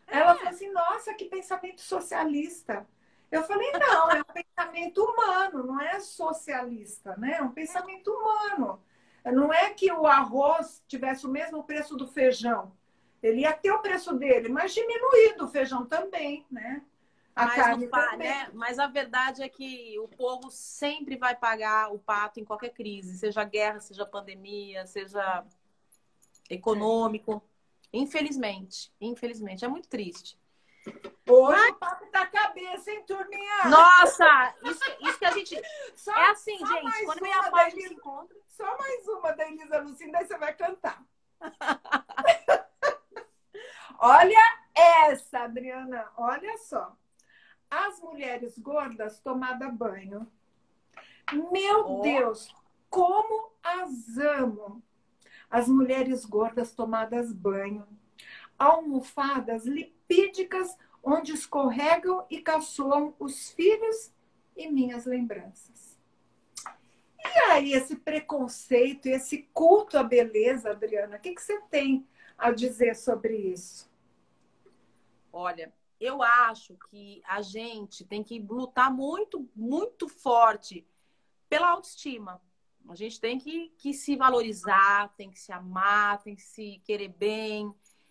Ela falou assim, nossa, que pensamento socialista. Eu falei, não, é um pensamento humano, não é socialista, né? É um pensamento humano. Não é que o arroz tivesse o mesmo preço do feijão. Ele ia ter o preço dele, mas diminuído o feijão também, né? A Mas não carne pa, também. né? Mas a verdade é que o povo sempre vai pagar o pato em qualquer crise, seja guerra, seja pandemia, seja econômico. Infelizmente, infelizmente, é muito triste. Hoje o papo tá cabeça, hein, turminha? Nossa, isso, isso que a gente. Só, É assim, só gente, mais quando uma meia da parte Elisa, se encontra. só mais uma da Elisa Lucinda, aí você vai cantar. Olha essa, Adriana, olha só. As mulheres gordas tomada banho. Meu Ó, Deus, como as amo! As mulheres gordas tomadas banho. Almofadas lipídicas onde escorregam e caçoam os filhos e minhas lembranças. E aí, esse preconceito, esse culto à beleza, Adriana, o que, que você tem a dizer sobre isso? olha, eu acho que a gente tem que lutar muito, muito forte pela autoestima. A gente tem que, que se valorizar, tem que se amar, tem que se querer bem.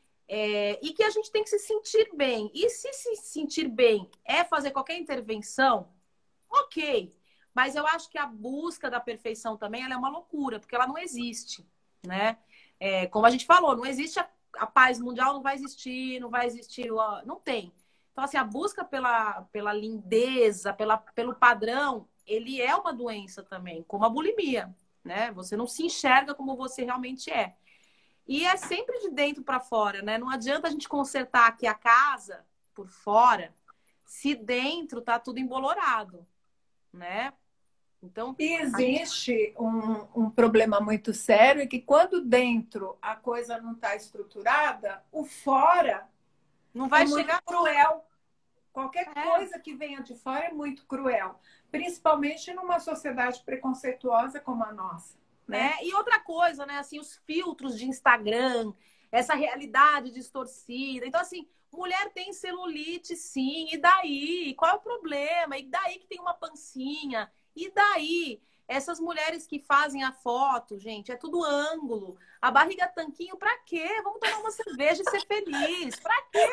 É, e que a gente tem que se sentir bem. E se se sentir bem é fazer qualquer intervenção, ok. Mas eu acho que a busca da perfeição também ela é uma loucura, porque ela não existe, né? É, como a gente falou, não existe a, a paz mundial, não vai existir, não vai existir, não tem. Então, assim, a busca pela, pela lindeza, pela, pelo padrão, ele é uma doença também, como a bulimia, né? Você não se enxerga como você realmente é. E é sempre de dentro para fora, né? Não adianta a gente consertar aqui a casa por fora, se dentro tá tudo embolorado, né? Então, E a gente existe um, um problema muito sério, é que quando dentro a coisa não está estruturada, o fora não é vai muito chegar. cruel. Qualquer É, coisa que venha de fora é muito cruel, principalmente numa sociedade preconceituosa como a nossa, né? é. E outra coisa, né? Assim, os filtros de Instagram, essa realidade distorcida. Então, assim, mulher tem celulite, sim. E daí? Qual é o problema? E daí que tem uma pancinha? E daí? Essas mulheres que fazem a foto, gente, é tudo ângulo. A barriga tanquinho, pra quê? Vamos tomar uma cerveja e ser feliz. Pra quê?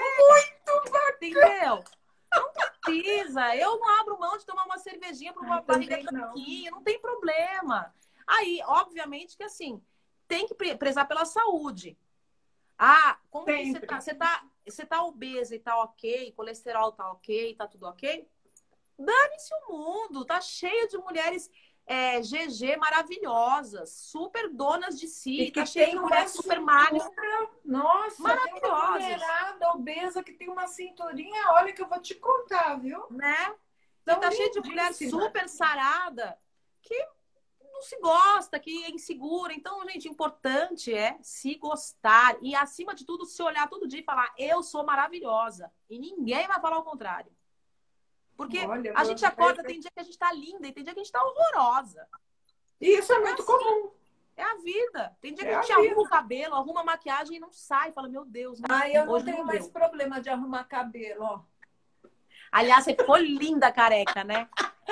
Entendeu? Não precisa. Eu não abro mão de tomar uma cervejinha para Ai, uma barriga também não. tanquinho, não tem problema. Aí, obviamente que assim, tem que prezar pela saúde. Ah, como que você tá? Sempre. Você tá, você tá obesa e tá ok, colesterol tá ok, tá tudo ok? Dane-se o mundo, tá cheio de mulheres é, G G maravilhosas, super donas de E si, que tá cheio tem de uma mulheres super magras, cintura, nossa, tem uma maravilhosas, mulherada obesa que tem uma cinturinha, olha que eu vou te contar, viu? né? E São tá cheio de mulher lindíssimas. super sarada que não se gosta, que é insegura. Então, gente, o importante é se gostar e, acima de tudo, se olhar todo dia e falar: eu sou maravilhosa. E ninguém vai falar o contrário. Porque Olha, eu a vou... gente acorda, tem dia que a gente tá linda e tem dia que a gente tá horrorosa. E isso é É muito assim, comum, é a vida. Tem dia que é a a gente arruma o vida. cabelo, arruma a maquiagem e não sai. Fala: meu Deus, não, Ai, eu não hoje tenho não mais deu. problema de arrumar cabelo, ó. Aliás, você ficou linda, careca, né?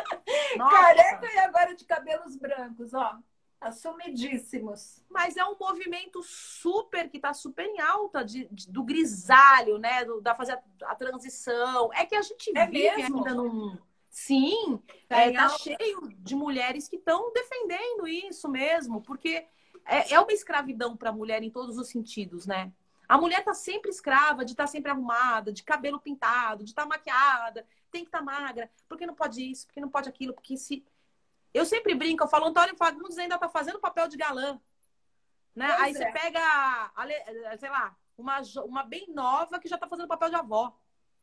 Careca Nossa! e agora de cabelos brancos, ó. Assumidíssimos. Mas é um movimento super, que está super em alta, de, de- do grisalho, né? Do, da fazer a, a transição. É que a gente É vive mesmo? ainda num. Sim, Tá é, em tá alta? cheio de mulheres que estão defendendo isso mesmo, porque é, é uma escravidão para a mulher em todos os sentidos, né? A mulher tá sempre escrava de estar sempre arrumada, de cabelo pintado, de estar maquiada, tem que estar magra, porque não pode isso, porque não pode aquilo, porque se. Eu sempre brinco, eu falo, Antônio Fagundes ainda tá fazendo papel de galã, né? Aí Pois você é. pega, sei lá, uma, uma bem nova que já tá fazendo papel de avó.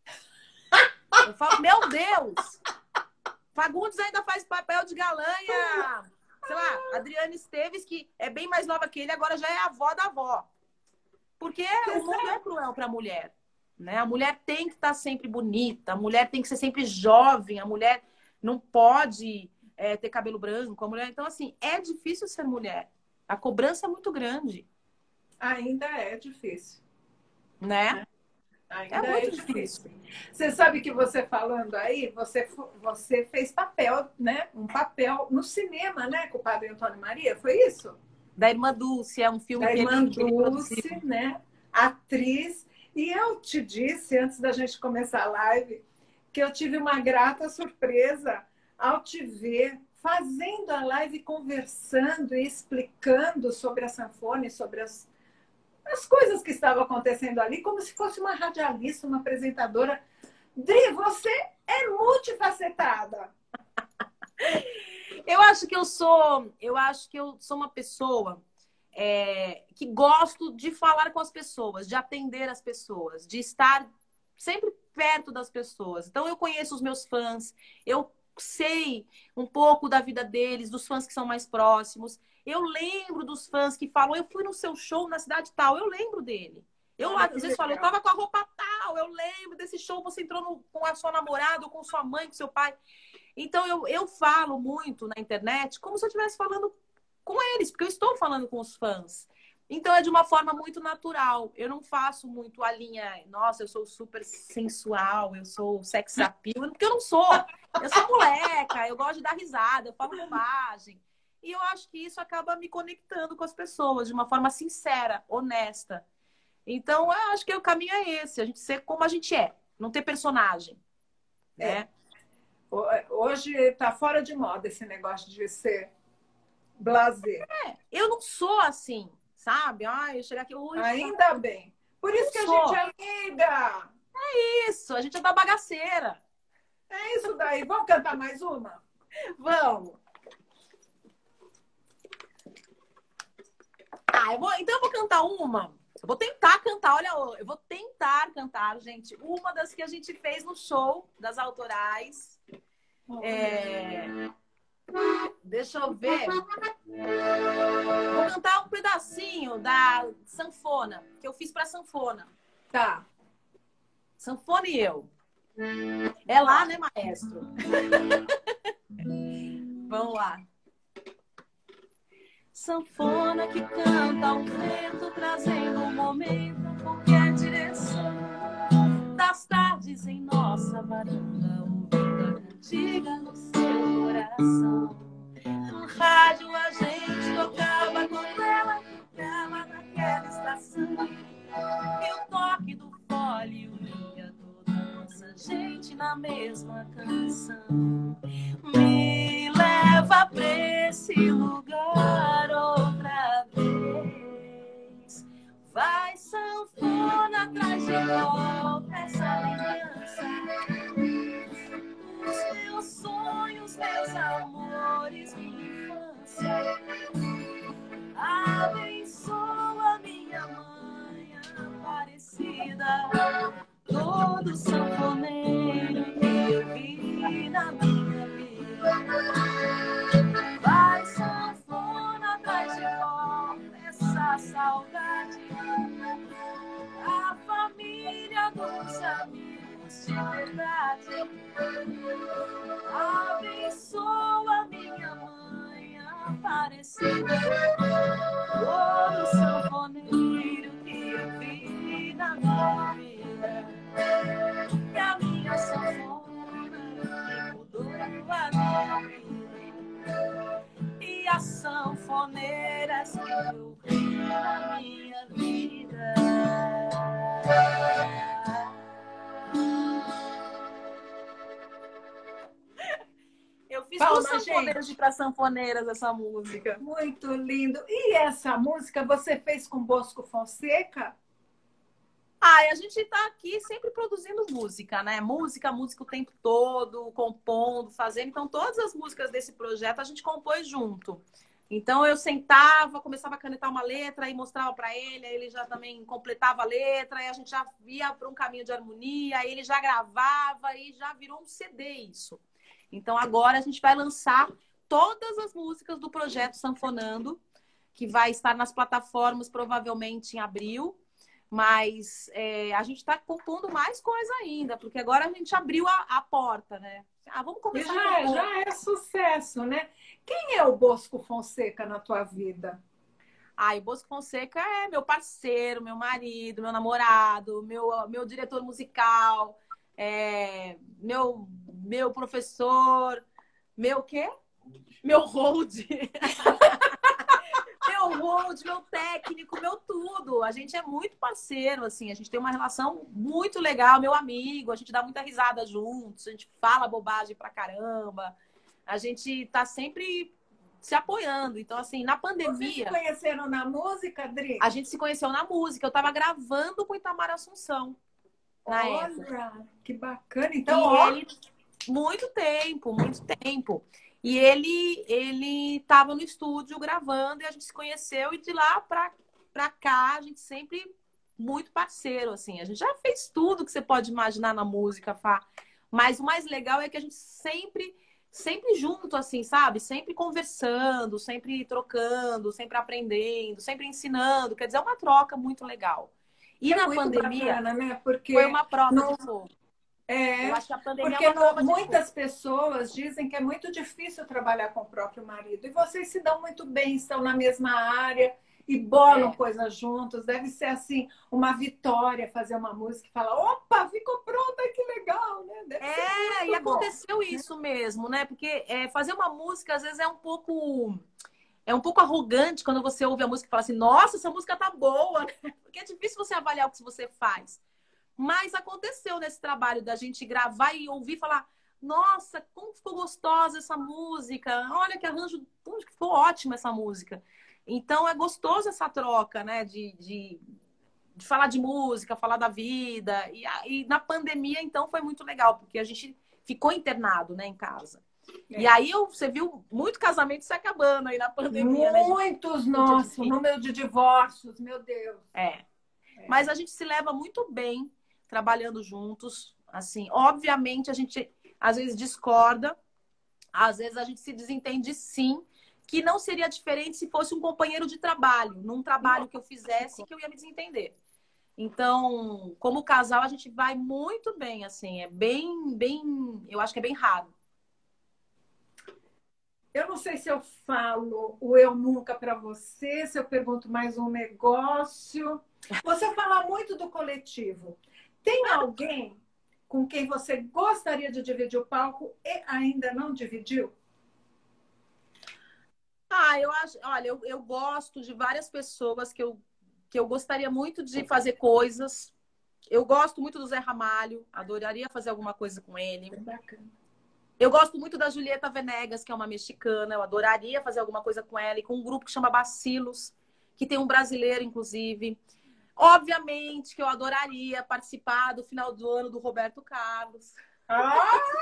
Eu falo, meu Deus! Fagundes ainda faz papel de galã e a, sei lá, Adriana Esteves, que é bem mais nova que ele, agora já é avó da avó. Porque o mundo é cruel pra mulher, né? A mulher tem que estar sempre bonita, a mulher tem que ser sempre jovem, a mulher não pode é, ter cabelo branco, a mulher... Então, assim, é difícil ser mulher. A cobrança é muito grande, Ainda é difícil. né? Ainda É muito é difícil. difícil. Você sabe que você falando aí, você, você fez papel, né? Um papel no cinema, né? Com o Padre Antônio Maria, foi isso? Da Irmã Dulce, é um filme Da que irmã ele, que ele produziu. Dulce, né? Atriz. E eu te disse, antes da gente começar a live, que eu tive uma grata surpresa ao te ver fazendo a live, conversando e explicando sobre a sanfona e sobre as, as coisas que estavam acontecendo ali, como se fosse uma radialista, uma apresentadora. Dri, você é multifacetada. Eu acho que eu sou, eu acho que eu sou uma pessoa é, que gosto de falar com as pessoas, de atender as pessoas, de estar sempre perto das pessoas. Então eu conheço os meus fãs, eu sei um pouco da vida deles, dos fãs que são mais próximos. Eu lembro dos fãs que falam, eu fui no seu show na cidade tal, eu lembro dele. Eu Olha às que vezes falo, eu legal. tava com a roupa tal, eu lembro desse show, você entrou no, com a sua namorada, ou com sua mãe, com seu pai. Então, eu, eu falo muito na internet como se eu estivesse falando com eles, porque eu estou falando com os fãs. Então, é de uma forma muito natural. Eu não faço muito a linha, nossa, eu sou super sensual, eu sou sex appeal, porque eu não sou. Eu sou moleca, eu gosto de dar risada, eu falo bobagem. E eu acho que isso acaba me conectando com as pessoas de uma forma sincera, honesta. Então, eu acho que o caminho é esse, a gente ser como a gente é, não ter personagem, É. né? Hoje está fora de moda esse negócio de ser blasé. Eu não sou assim, sabe? Ai, eu chegar aqui hoje. Ainda bem. Por isso Não que a sou. gente é amiga. Isso, a gente é da bagaceira. É isso daí. Vamos cantar mais uma? Vamos. Ah, eu vou, então eu vou cantar uma. Eu vou tentar cantar, olha, eu vou tentar cantar, gente, uma das que a gente fez no show das autorais. É... Deixa eu ver. Vou cantar um pedacinho da sanfona, que eu fiz pra sanfona. Tá. Sanfona e eu. É lá, né, maestro? Vamos lá. Sanfona que canta ao vento, trazendo um momento em qualquer direção. Das tardes em nossa varanda, ouvindo a cantiga no seu coração. No rádio a gente tocava quando ela tocava naquela estação. E o toque do fole unia toda a nossa gente na mesma canção. Me leva pra esse lugar outra vez. Vai, sanfona, atrás de volta essa lembrança. Os meus sonhos, meus amores, minha infância. Abençoa minha mãe Aparecida, todo sanfoneiro que eu vi na minha vida. Vai, sanfona, atrás de volta essa saudade. A família dos amigos de verdade. Abençoa minha mãe Aparecida, todo sanfoneiro que eu vi na minha vida. E a minha sanfona que mudou a minha vida. E as sanfoneiras que eu vi na minha vida. Eu fiz para sanfoneiros e para sanfoneiras essa música. Muito lindo. E essa música você fez com Bosco Fonseca? Ah, a gente está aqui sempre produzindo música, né? Música, música o tempo todo, compondo, fazendo. Então, todas as músicas desse projeto a gente compôs junto. Então, eu sentava, começava a canetar uma letra e mostrava para ele, aí ele já também completava a letra, aí a gente já ia para um caminho de harmonia, aí ele já gravava e já virou um C D isso. Então, agora a gente vai lançar todas as músicas do projeto Sanfonando, que vai estar nas plataformas provavelmente em abril. Mas é, a gente está compondo mais coisa ainda, porque agora a gente abriu a, a porta, né? Ah, vamos começar. E já, já é sucesso, né? Quem é o Bosco Fonseca na tua vida? Ah, e Bosco Fonseca é meu parceiro, meu marido, meu namorado, meu, meu diretor musical, é, meu, meu professor, meu quê? Meu hold. Meu hold, meu técnico, meu tudo. A gente é muito parceiro, assim. A gente tem uma relação muito legal, meu amigo. A gente dá muita risada juntos. A gente fala bobagem pra caramba. A gente tá sempre se apoiando. Então, assim, na Vocês se pandemia, conheceram na música, Adri? a gente se conheceu na música. Eu tava gravando com o Itamar Assunção na época. Olha, que bacana. Então, E ó, ele, muito tempo, muito tempo. E ele, ele tava no estúdio gravando e a gente se conheceu e de lá pra, pra cá a gente sempre muito parceiro, assim. A gente já fez tudo que você pode imaginar na música, Fá. Mas o mais legal é que a gente sempre, sempre junto, assim, sabe? Sempre conversando, sempre trocando, sempre aprendendo, sempre ensinando. Quer dizer, é uma troca muito legal. E é na muito pandemia bacana, né? foi Porque uma prova de não fogo. Eu é, acho que a pandemia é porque uma no- prova de fogo. muitas pessoas dizem que é muito difícil trabalhar com o próprio marido. E vocês se dão muito bem, estão na mesma área e bolam É. coisas juntos. Deve ser assim uma vitória fazer uma música e falar: opa, ficou pronta, que legal, né? Deve ser É, e muito bom. aconteceu isso mesmo, né? Porque é, fazer uma música às vezes é um pouco é um pouco arrogante quando você ouve a música e fala assim, nossa, essa música tá boa, né? Porque é difícil você avaliar o que você faz. Mas aconteceu nesse trabalho da gente gravar e ouvir e falar, nossa, como ficou gostosa essa música, olha que arranjo, como que ficou ótima essa música. Então é gostoso essa troca, né? De, de, de falar de música, falar da vida. E, a- e na pandemia, então, foi muito legal, porque a gente ficou internado, né, em casa. E É. aí eu, você viu muito casamento se acabando aí na pandemia, né? Gente, Muitos, gente, é nossa, o difícil. número de divórcios, meu Deus. É. Mas a gente se leva muito bem trabalhando juntos. Assim, obviamente a gente às vezes discorda, às vezes a gente se desentende sim, que não seria diferente se fosse um companheiro de trabalho, num trabalho que eu fizesse que eu ia me desentender. Então, como casal, a gente vai muito bem, assim, é bem, bem, eu acho que é bem raro. Eu não sei se eu falo o eu nunca para você, se eu pergunto mais um negócio. Você fala muito do coletivo. Tem alguém com quem você gostaria de dividir o palco e ainda não dividiu? Ah, eu acho, olha, eu, eu gosto de várias pessoas que eu, que eu gostaria muito de fazer coisas. Eu gosto muito do Zé Ramalho, adoraria fazer alguma coisa com ele. É bacana. Eu gosto muito da Julieta Venegas, que é uma mexicana, eu adoraria fazer alguma coisa com ela, e com um grupo que chama Bacilos, que tem um brasileiro, inclusive. Obviamente que eu adoraria participar do final do ano do Roberto Carlos. Ah,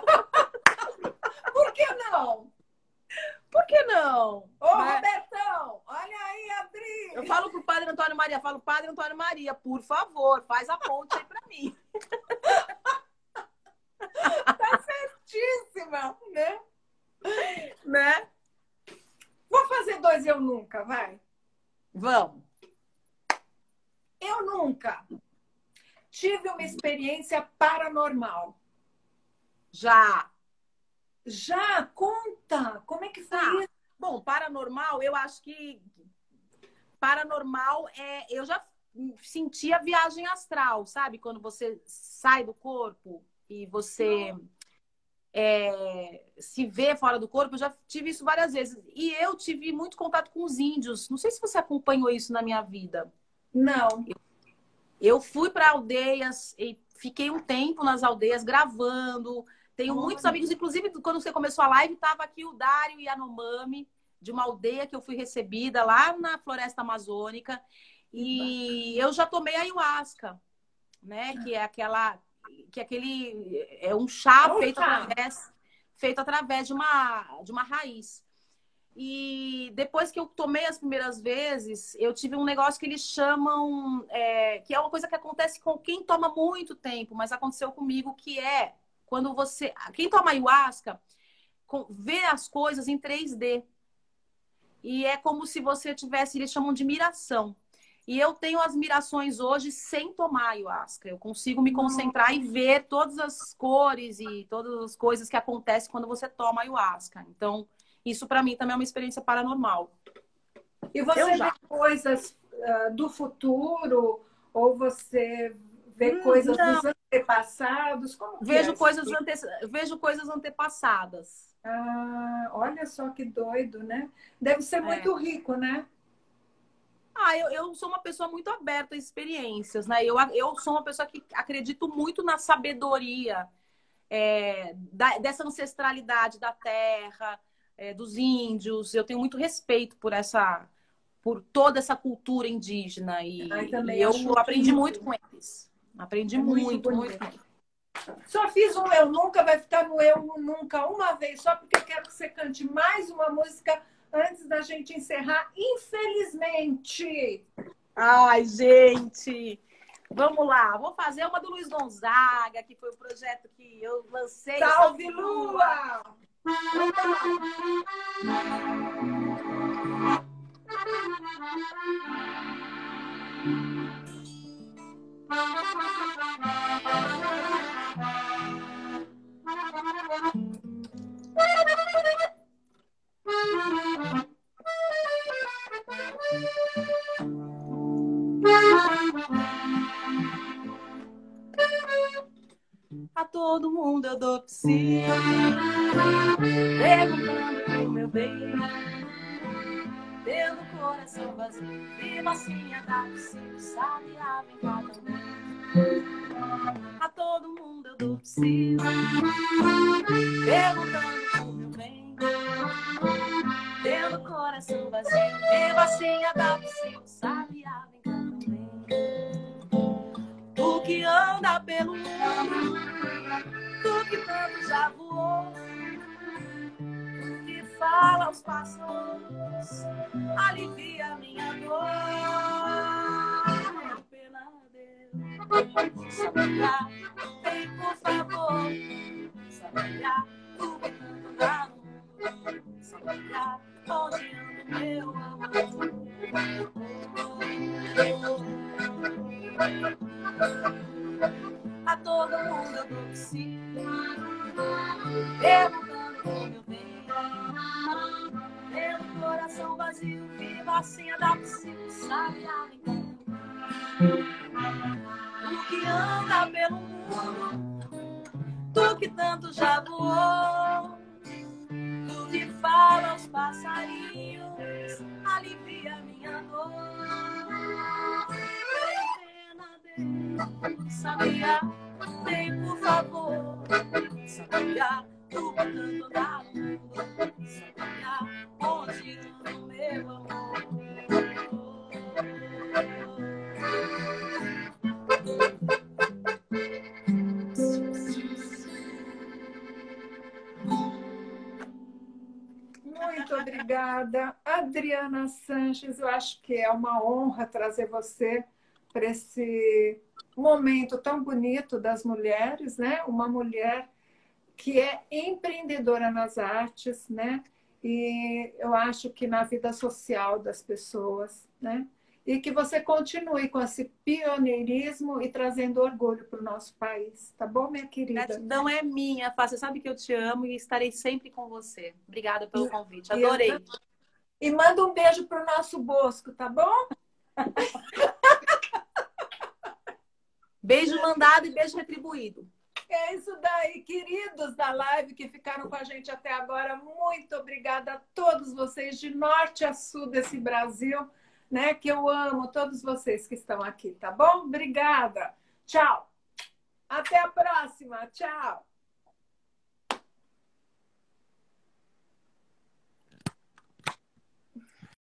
por que não? Por que não? Ô, Né? Robertão, olha aí, Eu Adri. falo pro Padre Antônio Maria, falo, Padre Antônio Maria, por favor, faz a ponte aí pra mim. Tá certíssima, né? Né? Vou fazer dois eu nunca, vai. Vamos. Eu nunca tive uma experiência paranormal. Já. Já conta, como é que foi Tá. isso? Bom, paranormal, eu acho que paranormal é. Eu já senti a viagem astral, sabe? Quando você sai do corpo e você é, se vê fora do corpo, eu já tive isso várias vezes. E eu tive muito contato com os índios. Não sei se você acompanhou isso na minha vida. Não. Eu fui para aldeias e fiquei um tempo nas aldeias gravando. Tenho muitos Olha. amigos, inclusive quando você começou a live, estava aqui o Dário Yanomami, de uma aldeia que eu fui recebida lá na Floresta Amazônica. E eu já tomei ayahuasca, né? Que é aquela, que é aquele é um chá É um feito chá. através feito através de uma de uma raiz. E depois que eu tomei as primeiras vezes, eu tive um negócio que eles chamam, é, que é uma coisa que acontece com quem toma muito tempo, mas aconteceu comigo, que é quando você. Quem toma ayahuasca com- vê as coisas em três D. E é como se você tivesse, eles chamam de miração. E eu tenho as mirações hoje sem tomar ayahuasca. Eu consigo me concentrar e ver todas as cores e todas as coisas que acontecem quando você toma ayahuasca. Então, isso para mim também é uma experiência paranormal. E você Eu já. vê coisas uh, do futuro ou você vê Hum, coisas não, dos antepassados? Como que é vejo essa coisas, coisa? ante... vejo coisas antepassadas. Ah, olha só que doido, né? Deve ser É. muito rico, né? Ah, eu, eu sou uma pessoa muito aberta a experiências, né? Eu, eu sou uma pessoa que acredito muito na sabedoria, é, da- dessa ancestralidade da terra, é, dos índios. Eu tenho muito respeito por essa, por toda essa cultura indígena Ai, e, e também eu acho aprendi muito lindo. com eles. Aprendi É muito muito, muito, bonito. muito. Só fiz um Eu Nunca, vai ficar no Eu Nunca uma vez, só porque eu quero que você cante mais uma música antes da gente encerrar, infelizmente. Ai, gente, vamos lá. Vou fazer uma do Luiz Gonzaga, que foi o projeto que eu lancei, o Salve, Salve Lua. Lua! A todo mundo eu dou psi, perguntando pro meu bem, pelo coração vazio, viva assim a dar psi, sabe a vem cá também. A todo mundo eu dou psi, perguntando pro meu bem, pelo coração vazio, viva assim a dar psi, sabe a vem cá também. Tu que anda pelo mundo, tu que tanto já voou, tu que fala aos pássaros, alivia minha dor. Pela Deus, Sabiá, vem por favor, Sabiá, tu que tanto dá no mundo, Sabiá, onde anda o meu amor. A todo mundo eu dou psi, perguntando como eu venho, pelo coração vazio, viva assim a dar psi, sabe a vem. Tu que anda pelo mundo, tu que tanto já voou, tu que fala aos passarinhos, alivia minha dor. Sabia, vem por favor. Sabia, tu cantando da mundo. Sabia, onde anda o meu amor. Muito obrigada, Adriana Sanches. Eu acho que é uma honra trazer você para esse momento tão bonito das mulheres, né? Uma mulher que é empreendedora nas artes, né? E eu acho que na vida social das pessoas, né? E que você continue com esse pioneirismo e trazendo orgulho para o nosso país, tá bom, minha querida? Gratidão é minha, Fá. Você sabe que eu te amo e estarei sempre com você. Obrigada pelo convite. E, eu, Adorei. e manda um beijo para o nosso Bosco, tá bom? Beijo mandado e beijo retribuído. É isso daí, queridos da live que ficaram com a gente até agora. Muito obrigada a todos vocês, de norte a sul desse Brasil, né? Que eu amo todos vocês que estão aqui, tá bom? Obrigada. Tchau. Até a próxima. Tchau.